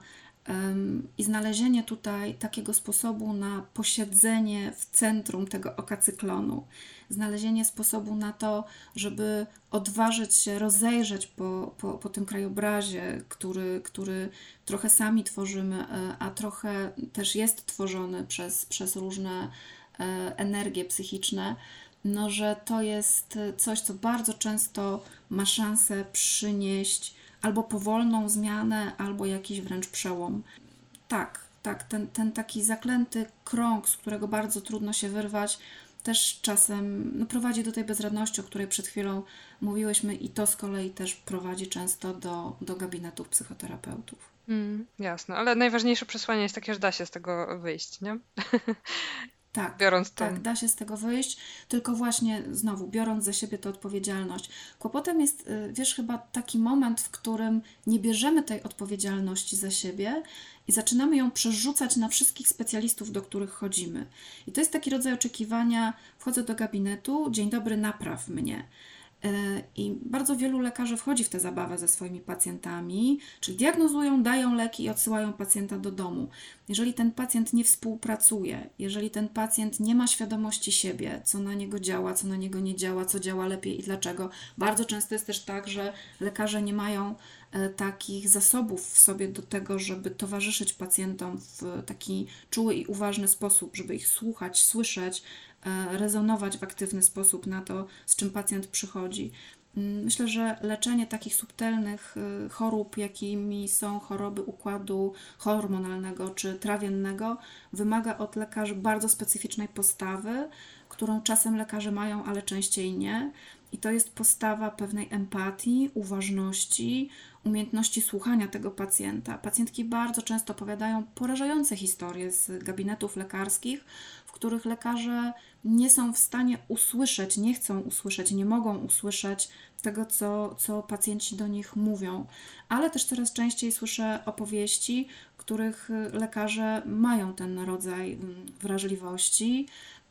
i znalezienie tutaj takiego sposobu na posiedzenie w centrum tego okacyklonu, znalezienie sposobu na to, żeby odważyć się rozejrzeć po tym krajobrazie, który trochę sami tworzymy, a trochę też jest tworzony przez różne energie psychiczne, no że to jest coś, co bardzo często ma szansę przynieść albo powolną zmianę, albo jakiś wręcz przełom. Tak, tak, ten taki zaklęty krąg, z którego bardzo trudno się wyrwać, też czasem prowadzi do tej bezradności, o której przed chwilą mówiłyśmy, i to z kolei też prowadzi często do gabinetów psychoterapeutów. Jasne, ale najważniejsze przesłanie jest takie, że da się z tego wyjść, nie? Tak, biorąc tak, ten... da się z tego wyjść, tylko właśnie znowu biorąc za siebie tę odpowiedzialność. Kłopotem jest, wiesz, chyba taki moment, w którym nie bierzemy tej odpowiedzialności za siebie i zaczynamy ją przerzucać na wszystkich specjalistów, do których chodzimy. I to jest taki rodzaj oczekiwania: wchodzę do gabinetu, dzień dobry, napraw mnie. I bardzo wielu lekarzy wchodzi w tę zabawę ze swoimi pacjentami, czyli diagnozują, dają leki i odsyłają pacjenta do domu. Jeżeli ten pacjent nie współpracuje, jeżeli ten pacjent nie ma świadomości siebie, co na niego działa, co na niego nie działa, co działa lepiej i dlaczego, bardzo często jest też tak, że lekarze nie mają takich zasobów w sobie do tego, żeby towarzyszyć pacjentom w taki czuły i uważny sposób, żeby ich słuchać, słyszeć, rezonować w aktywny sposób na to, z czym pacjent przychodzi. Myślę, że leczenie takich subtelnych chorób, jakimi są choroby układu hormonalnego czy trawiennego, wymaga od lekarzy bardzo specyficznej postawy, którą czasem lekarze mają, ale częściej nie. I to jest postawa pewnej empatii, uważności, umiejętności słuchania tego pacjenta. Pacjentki bardzo często opowiadają porażające historie z gabinetów lekarskich, w których lekarze nie są w stanie usłyszeć, nie chcą usłyszeć, nie mogą usłyszeć tego, co pacjenci do nich mówią. Ale też coraz częściej słyszę opowieści, w których lekarze mają ten rodzaj wrażliwości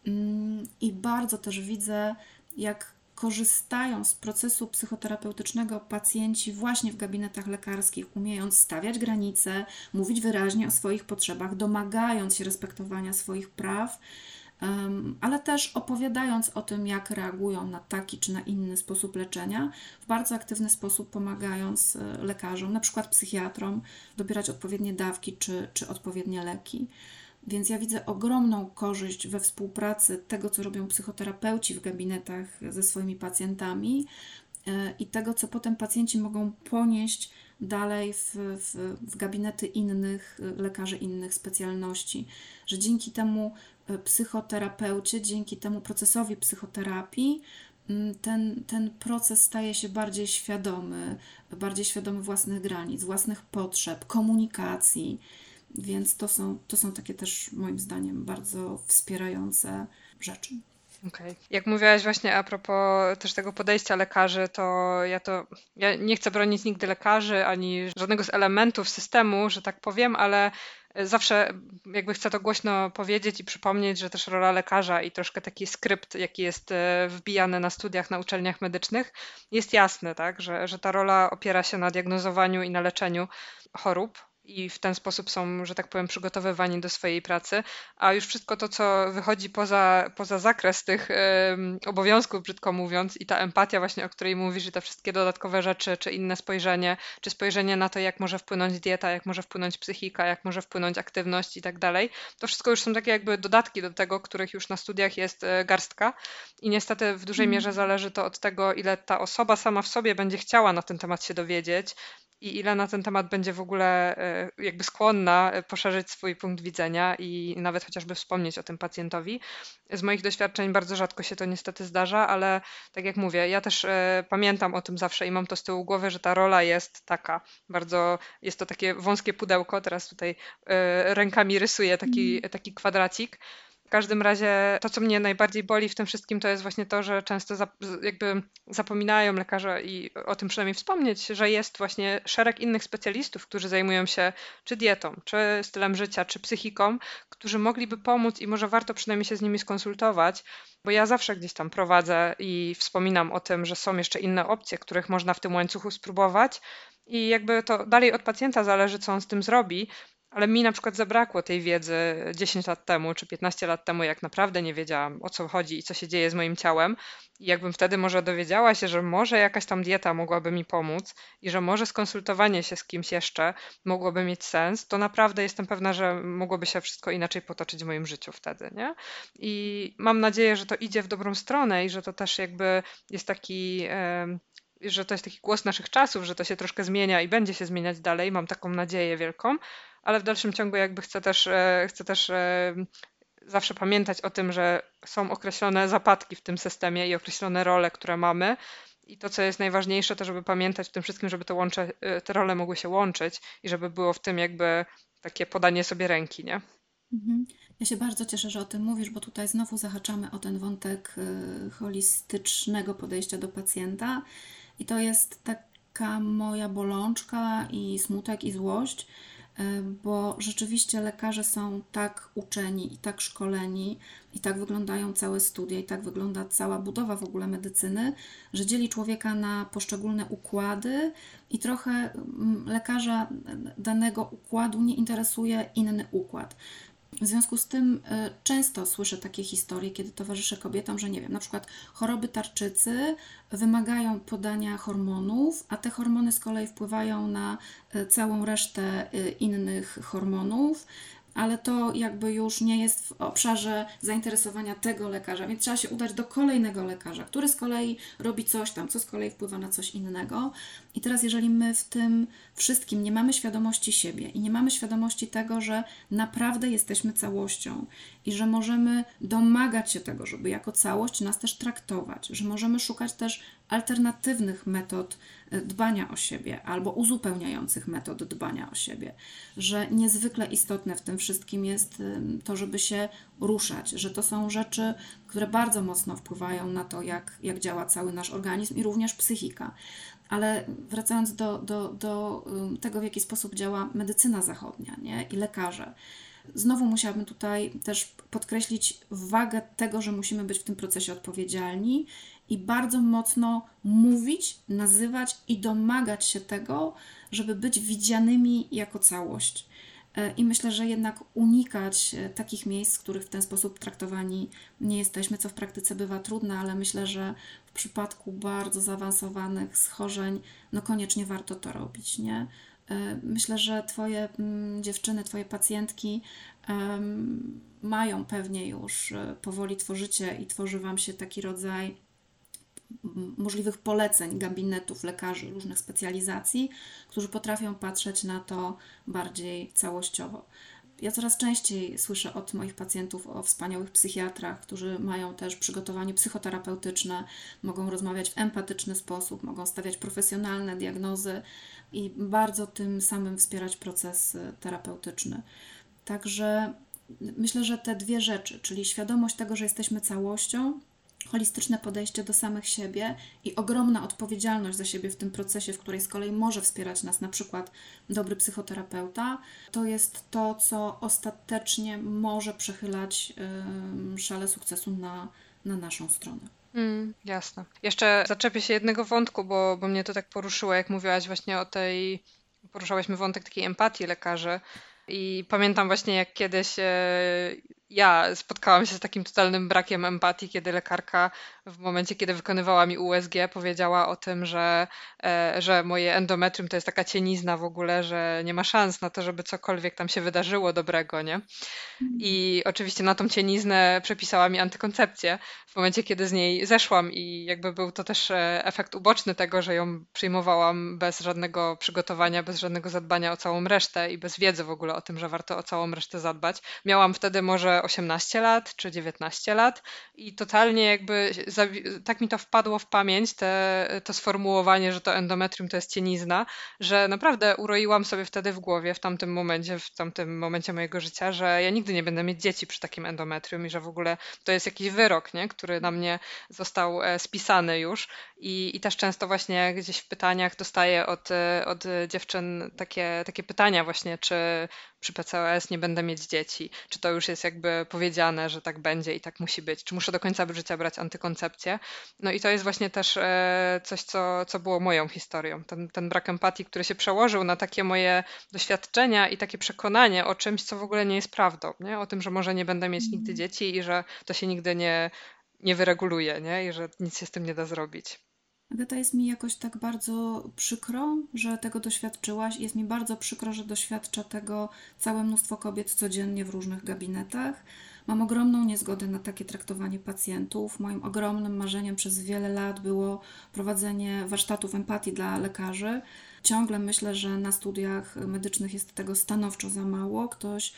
i bardzo też widzę, jak korzystają z procesu psychoterapeutycznego pacjenci właśnie w gabinetach lekarskich, umiejąc stawiać granice, mówić wyraźnie o swoich potrzebach, domagając się respektowania swoich praw, ale też opowiadając o tym, jak reagują na taki czy na inny sposób leczenia, w bardzo aktywny sposób pomagając lekarzom, na przykład psychiatrom, dobierać odpowiednie dawki czy odpowiednie leki. Więc ja widzę ogromną korzyść we współpracy tego, co robią psychoterapeuci w gabinetach ze swoimi pacjentami i tego, co potem pacjenci mogą ponieść dalej w gabinety innych lekarzy, innych specjalności. Że dzięki temu psychoterapeucie, dzięki temu procesowi psychoterapii, ten proces staje się bardziej świadomy własnych granic, własnych potrzeb, komunikacji. Więc to są takie też moim zdaniem bardzo wspierające rzeczy. Okej. Jak mówiłaś właśnie a propos też tego podejścia lekarzy, ja nie chcę bronić nigdy lekarzy ani żadnego z elementów systemu, że tak powiem, ale zawsze jakby chcę to głośno powiedzieć i przypomnieć, że też rola lekarza i troszkę taki skrypt, jaki jest wbijany na studiach, na uczelniach medycznych, jest jasny, tak? Że ta rola opiera się na diagnozowaniu i na leczeniu chorób. I w ten sposób są, że tak powiem, przygotowywani do swojej pracy, a już wszystko to, co wychodzi poza zakres tych obowiązków, brzydko mówiąc, i ta empatia właśnie, o której mówisz, i te wszystkie dodatkowe rzeczy, czy inne spojrzenie, czy spojrzenie na to, jak może wpłynąć dieta, jak może wpłynąć psychika, jak może wpłynąć aktywność i tak dalej, to wszystko już są takie jakby dodatki do tego, których już na studiach jest garstka i niestety w dużej mierze zależy to od tego, ile ta osoba sama w sobie będzie chciała na ten temat się dowiedzieć, i ile na ten temat będzie w ogóle jakby skłonna poszerzyć swój punkt widzenia i nawet chociażby wspomnieć o tym pacjentowi. Z moich doświadczeń bardzo rzadko się to niestety zdarza, ale tak jak mówię, ja też pamiętam o tym zawsze i mam to z tyłu głowy, że ta rola jest taka, bardzo jest to takie wąskie pudełko, teraz tutaj rękami rysuję taki kwadracik. W każdym razie to, co mnie najbardziej boli w tym wszystkim, to jest właśnie to, że często jakby zapominają lekarze i o tym przynajmniej wspomnieć, że jest właśnie szereg innych specjalistów, którzy zajmują się czy dietą, czy stylem życia, czy psychiką, którzy mogliby pomóc i może warto przynajmniej się z nimi skonsultować, bo ja zawsze gdzieś tam prowadzę i wspominam o tym, że są jeszcze inne opcje, których można w tym łańcuchu spróbować i jakby to dalej od pacjenta zależy, co on z tym zrobi. Ale mi na przykład zabrakło tej wiedzy 10 lat temu czy 15 lat temu, jak naprawdę nie wiedziałam, o co chodzi i co się dzieje z moim ciałem. I jakbym wtedy może dowiedziała się, że może jakaś tam dieta mogłaby mi pomóc i że może skonsultowanie się z kimś jeszcze mogłoby mieć sens, to naprawdę jestem pewna, że mogłoby się wszystko inaczej potoczyć w moim życiu wtedy, nie? I mam nadzieję, że to idzie w dobrą stronę i że to też jakby jest taki... że to jest taki głos naszych czasów, że to się troszkę zmienia i będzie się zmieniać dalej. Mam taką nadzieję wielką, ale w dalszym ciągu jakby chcę też zawsze pamiętać o tym, że są określone zapadki w tym systemie i określone role, które mamy. I to, co jest najważniejsze, to żeby pamiętać w tym wszystkim, żeby te role mogły się łączyć i żeby było w tym jakby takie podanie sobie ręki, nie? Mhm. Ja się bardzo cieszę, że o tym mówisz, bo tutaj znowu zahaczamy o ten wątek holistycznego podejścia do pacjenta. I to jest taka moja bolączka i smutek i złość, bo rzeczywiście lekarze są tak uczeni i tak szkoleni, i tak wyglądają całe studia, i tak wygląda cała budowa w ogóle medycyny, że dzieli człowieka na poszczególne układy i trochę lekarza danego układu nie interesuje inny układ. W związku z tym często słyszę takie historie, kiedy towarzyszę kobietom, że nie wiem, na przykład choroby tarczycy wymagają podania hormonów, a te hormony z kolei wpływają na całą resztę innych hormonów, ale to jakby już nie jest w obszarze zainteresowania tego lekarza, więc trzeba się udać do kolejnego lekarza, który z kolei robi coś tam, co z kolei wpływa na coś innego. I teraz, jeżeli my w tym wszystkim nie mamy świadomości siebie i nie mamy świadomości tego, że naprawdę jesteśmy całością i że możemy domagać się tego, żeby jako całość nas też traktować, że możemy szukać też alternatywnych metod dbania o siebie albo uzupełniających metod dbania o siebie, że niezwykle istotne w tym wszystkim jest to, żeby się ruszać, że to są rzeczy, które bardzo mocno wpływają na to, jak działa cały nasz organizm i również psychika. Ale wracając do tego, w jaki sposób działa medycyna zachodnia, nie? I lekarze. Znowu musiałabym tutaj też podkreślić wagę tego, że musimy być w tym procesie odpowiedzialni i bardzo mocno mówić, nazywać i domagać się tego, żeby być widzianymi jako całość. I myślę, że jednak unikać takich miejsc, w których w ten sposób traktowani nie jesteśmy, co w praktyce bywa trudne, ale myślę, że w przypadku bardzo zaawansowanych schorzeń, no koniecznie warto to robić, nie? Myślę, że Twoje dziewczyny, Twoje pacjentki mają pewnie już powoli tworzycie i tworzy Wam się taki rodzaj możliwych poleceń gabinetów lekarzy różnych specjalizacji, którzy potrafią patrzeć na to bardziej całościowo. Ja coraz częściej słyszę od moich pacjentów o wspaniałych psychiatrach, którzy mają też przygotowanie psychoterapeutyczne, mogą rozmawiać w empatyczny sposób, mogą stawiać profesjonalne diagnozy i bardzo tym samym wspierać proces terapeutyczny. Także myślę, że te dwie rzeczy, czyli świadomość tego, że jesteśmy całością, holistyczne podejście do samych siebie i ogromna odpowiedzialność za siebie w tym procesie, w której z kolei może wspierać nas na przykład dobry psychoterapeuta, to jest to, co ostatecznie może przechylać szale sukcesu na naszą stronę. Jasne. Jeszcze zaczepię się jednego wątku, bo mnie to tak poruszyło, jak mówiłaś właśnie o tej, poruszałyśmy wątek takiej empatii lekarzy i pamiętam właśnie jak kiedyś ja spotkałam się z takim totalnym brakiem empatii, kiedy lekarka w momencie, kiedy wykonywała mi USG, powiedziała o tym, że moje endometrium to jest taka cienizna w ogóle, że nie ma szans na to, żeby cokolwiek tam się wydarzyło dobrego, nie? I oczywiście na tą cieniznę przepisała mi antykoncepcję w momencie, kiedy z niej zeszłam i jakby był to też efekt uboczny tego, że ją przyjmowałam bez żadnego przygotowania, bez żadnego zadbania o całą resztę i bez wiedzy w ogóle o tym, że warto o całą resztę zadbać. Miałam wtedy może 18 lat czy 19 lat i totalnie jakby tak mi to wpadło w pamięć, to sformułowanie, że to endometrium to jest cienizna, że naprawdę uroiłam sobie wtedy w głowie w tamtym momencie mojego życia, że ja nigdy nie będę mieć dzieci przy takim endometrium i że w ogóle to jest jakiś wyrok, nie? Który na mnie został spisany już i też często właśnie gdzieś w pytaniach dostaję od dziewczyn takie pytania właśnie, czy przy PCOS nie będę mieć dzieci, czy to już jest jakby powiedziane, że tak będzie i tak musi być, czy muszę do końca życia brać antykoncepcję. No i to jest właśnie też coś, co było moją historią. Ten brak empatii, który się przełożył na takie moje doświadczenia i takie przekonanie o czymś, co w ogóle nie jest prawdą, nie? O tym, że może nie będę mieć nigdy dzieci i że to się nigdy nie wyreguluje, nie? I że nic się z tym nie da zrobić. Agata, jest mi jakoś tak bardzo przykro, że tego doświadczyłaś. Jest mi bardzo przykro, że doświadcza tego całe mnóstwo kobiet codziennie w różnych gabinetach. Mam ogromną niezgodę na takie traktowanie pacjentów. Moim ogromnym marzeniem przez wiele lat było prowadzenie warsztatów empatii dla lekarzy, Ciągle myślę, że na studiach medycznych jest tego stanowczo za mało. Ktoś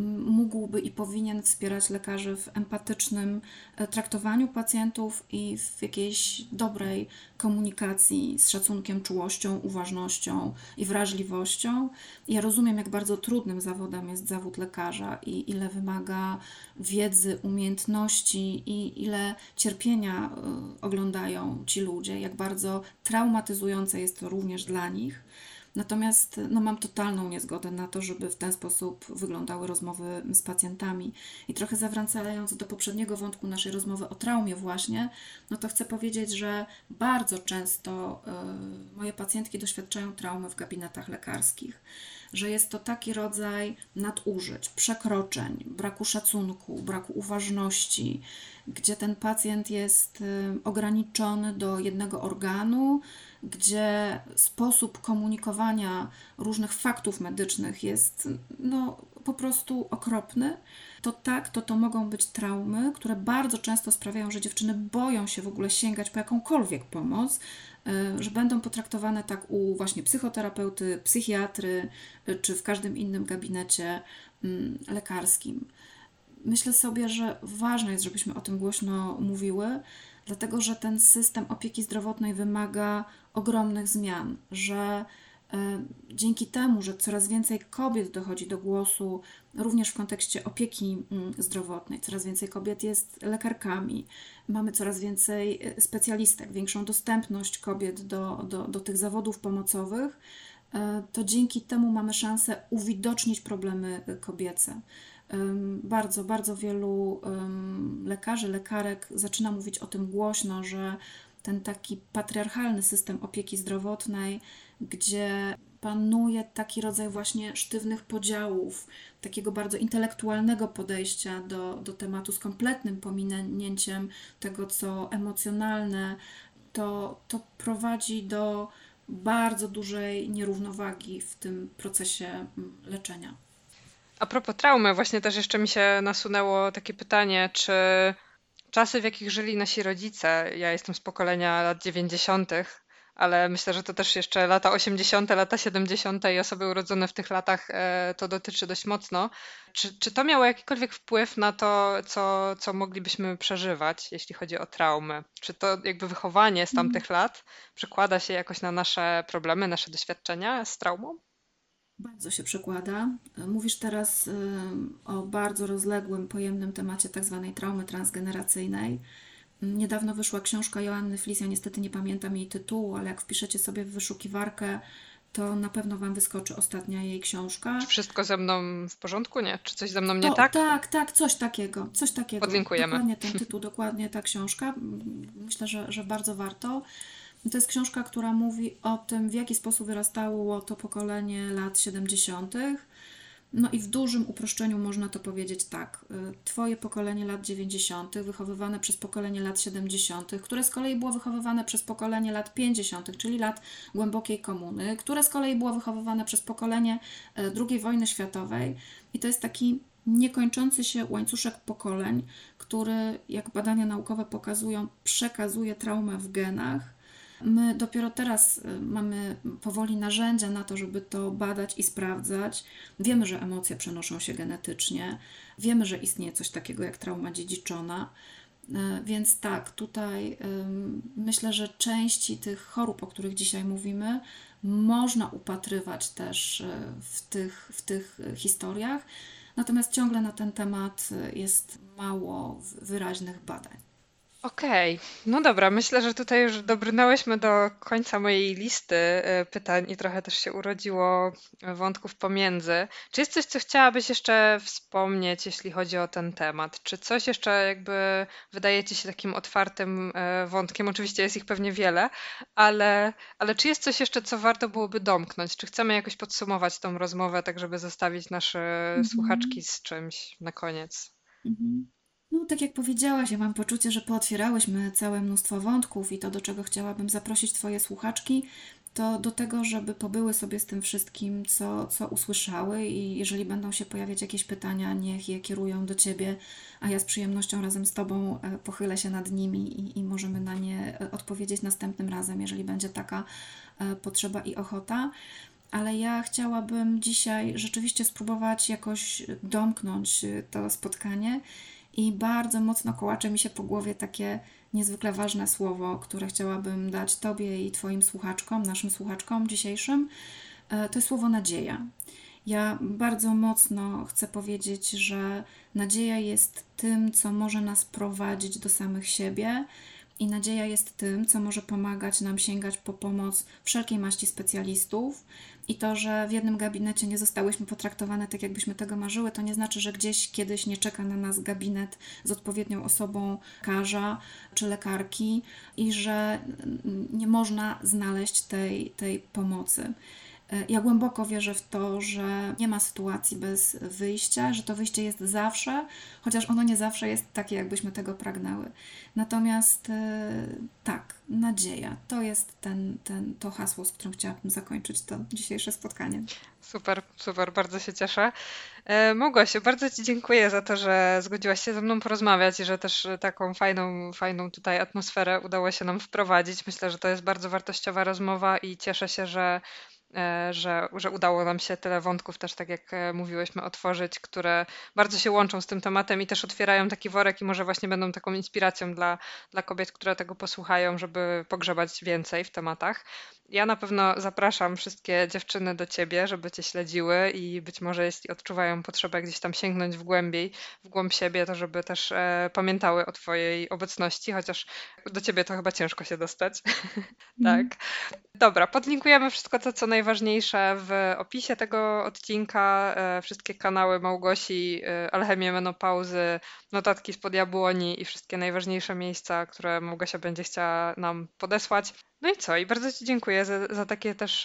mógłby i powinien wspierać lekarzy w empatycznym traktowaniu pacjentów i w jakiejś dobrej komunikacji z szacunkiem, czułością, uważnością i wrażliwością. Ja rozumiem, jak bardzo trudnym zawodem jest zawód lekarza i ile wymaga wiedzy, umiejętności i ile cierpienia oglądają ci ludzie, jak bardzo traumatyzujące jest to również dla nich. Natomiast no, mam totalną niezgodę na to, żeby w ten sposób wyglądały rozmowy z pacjentami. I trochę zawracając do poprzedniego wątku naszej rozmowy o traumie właśnie, no to chcę powiedzieć, że bardzo często moje pacjentki doświadczają traumy w gabinetach lekarskich, że jest to taki rodzaj nadużyć, przekroczeń, braku szacunku, braku uważności, gdzie ten pacjent jest ograniczony do jednego organu, gdzie sposób komunikowania różnych faktów medycznych jest no, po prostu okropny, to tak, to mogą być traumy, które bardzo często sprawiają, że dziewczyny boją się w ogóle sięgać po jakąkolwiek pomoc, że będą potraktowane tak u właśnie psychoterapeuty, psychiatry, czy w każdym innym gabinecie lekarskim. Myślę sobie, że ważne jest, żebyśmy o tym głośno mówiły, dlatego że ten system opieki zdrowotnej wymaga ogromnych zmian, że dzięki temu, że coraz więcej kobiet dochodzi do głosu, również w kontekście opieki zdrowotnej, coraz więcej kobiet jest lekarkami, mamy coraz więcej specjalistek, większą dostępność kobiet do tych zawodów pomocowych, to dzięki temu mamy szansę uwidocznić problemy kobiece. Bardzo, bardzo wielu lekarzy, lekarek zaczyna mówić o tym głośno, że ten taki patriarchalny system opieki zdrowotnej, gdzie panuje taki rodzaj właśnie sztywnych podziałów, takiego bardzo intelektualnego podejścia do tematu z kompletnym pominięciem tego, co emocjonalne, to prowadzi do bardzo dużej nierównowagi w tym procesie leczenia. A propos traumy, właśnie też jeszcze mi się nasunęło takie pytanie, czy czasy, w jakich żyli nasi rodzice, ja jestem z pokolenia lat 90., ale myślę, że to też jeszcze lata 80., lata 70. i osoby urodzone w tych latach to dotyczy dość mocno. Czy to miało jakikolwiek wpływ na to, co moglibyśmy przeżywać, jeśli chodzi o traumy? Czy to jakby wychowanie z tamtych lat przekłada się jakoś na nasze problemy, nasze doświadczenia z traumą? Bardzo się przekłada. Mówisz teraz o bardzo rozległym, pojemnym temacie tak zwanej traumy transgeneracyjnej. Niedawno wyszła książka Joanny Flis, ja niestety nie pamiętam jej tytułu, ale jak wpiszecie sobie w wyszukiwarkę, to na pewno Wam wyskoczy ostatnia jej książka. Czy wszystko ze mną w porządku? Nie? Czy coś ze mną nie To, tak? tak, coś takiego, coś takiego. Podlinkujemy. Dokładnie ten tytuł, dokładnie ta książka. Myślę, że bardzo warto. To jest książka, która mówi o tym, w jaki sposób wyrastało to pokolenie lat 70. No i w dużym uproszczeniu można to powiedzieć tak. Twoje pokolenie lat 90., wychowywane przez pokolenie lat 70., które z kolei było wychowywane przez pokolenie lat 50., czyli lat głębokiej komuny, które z kolei było wychowywane przez pokolenie II wojny światowej. I to jest taki niekończący się łańcuszek pokoleń, który, jak badania naukowe pokazują, przekazuje traumę w genach. My dopiero teraz mamy powoli narzędzia na to, żeby to badać i sprawdzać. Wiemy, że emocje przenoszą się genetycznie, wiemy, że istnieje coś takiego jak trauma dziedziczona. Więc tak, tutaj myślę, że części tych chorób, o których dzisiaj mówimy, można upatrywać też w tych historiach. Natomiast ciągle na ten temat jest mało wyraźnych badań. Okej, no dobra, myślę, że tutaj już dobrnęłyśmy do końca mojej listy pytań i trochę też się urodziło wątków pomiędzy. Czy jest coś, co chciałabyś jeszcze wspomnieć, jeśli chodzi o ten temat? Czy coś jeszcze jakby wydaje ci się takim otwartym wątkiem? Oczywiście jest ich pewnie wiele, ale czy jest coś jeszcze, co warto byłoby domknąć? Czy chcemy jakoś podsumować tą rozmowę, tak żeby zostawić nasze słuchaczki Mhm. z czymś na koniec? Mhm. No, tak jak powiedziałaś, ja mam poczucie, że pootwierałyśmy całe mnóstwo wątków i to, do czego chciałabym zaprosić Twoje słuchaczki, to do tego, żeby pobyły sobie z tym wszystkim, co usłyszały, i jeżeli będą się pojawiać jakieś pytania, niech je kierują do Ciebie, a ja z przyjemnością razem z Tobą pochylę się nad nimi i możemy na nie odpowiedzieć następnym razem, jeżeli będzie taka potrzeba i ochota. Ale ja chciałabym dzisiaj rzeczywiście spróbować jakoś domknąć to spotkanie i bardzo mocno kołacze mi się po głowie takie niezwykle ważne słowo, które chciałabym dać Tobie i Twoim słuchaczkom, naszym słuchaczkom dzisiejszym. To jest słowo nadzieja. Ja bardzo mocno chcę powiedzieć, że nadzieja jest tym, co może nas prowadzić do samych siebie, i nadzieja jest tym, co może pomagać nam sięgać po pomoc wszelkiej maści specjalistów. I to, że w jednym gabinecie nie zostałyśmy potraktowane tak, jakbyśmy tego marzyły, to nie znaczy, że gdzieś kiedyś nie czeka na nas gabinet z odpowiednią osobą, lekarza czy lekarki, i że nie można znaleźć tej pomocy. Ja głęboko wierzę w to, że nie ma sytuacji bez wyjścia, że to wyjście jest zawsze, chociaż ono nie zawsze jest takie, jakbyśmy tego pragnęły. Natomiast tak, nadzieja to jest to hasło, z którym chciałabym zakończyć to dzisiejsze spotkanie. Super, super, bardzo się cieszę. Małgosiu, bardzo Ci dziękuję za to, że zgodziłaś się ze mną porozmawiać i że też taką fajną tutaj atmosferę udało się nam wprowadzić. Myślę, że to jest bardzo wartościowa rozmowa i cieszę się, że udało nam się tyle wątków też, tak jak mówiłyśmy, otworzyć, które bardzo się łączą z tym tematem i też otwierają taki worek i może właśnie będą taką inspiracją dla kobiet, które tego posłuchają, żeby pogrzebać więcej w tematach. Ja na pewno zapraszam wszystkie dziewczyny do Ciebie, żeby Cię śledziły i być może jeśli odczuwają potrzebę gdzieś tam sięgnąć w głąb siebie, to żeby też pamiętały o Twojej obecności, chociaż do Ciebie to chyba ciężko się dostać. Tak. Mhm. Dobra, podlinkujemy wszystko to, co najważniejsze w opisie tego odcinka, wszystkie kanały Małgosi, Alchemię Menopauzy, notatki spod jabłoni i wszystkie najważniejsze miejsca, które Małgosia będzie chciała nam podesłać. No i co? I bardzo Ci dziękuję za takie też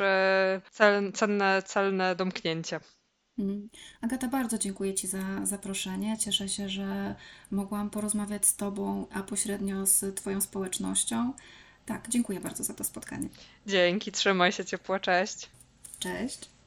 celne domknięcie. Agata, bardzo dziękuję Ci za zaproszenie. Cieszę się, że mogłam porozmawiać z Tobą, a pośrednio z Twoją społecznością. Tak, dziękuję bardzo za to spotkanie. Dzięki, trzymaj się ciepło, cześć. Cześć.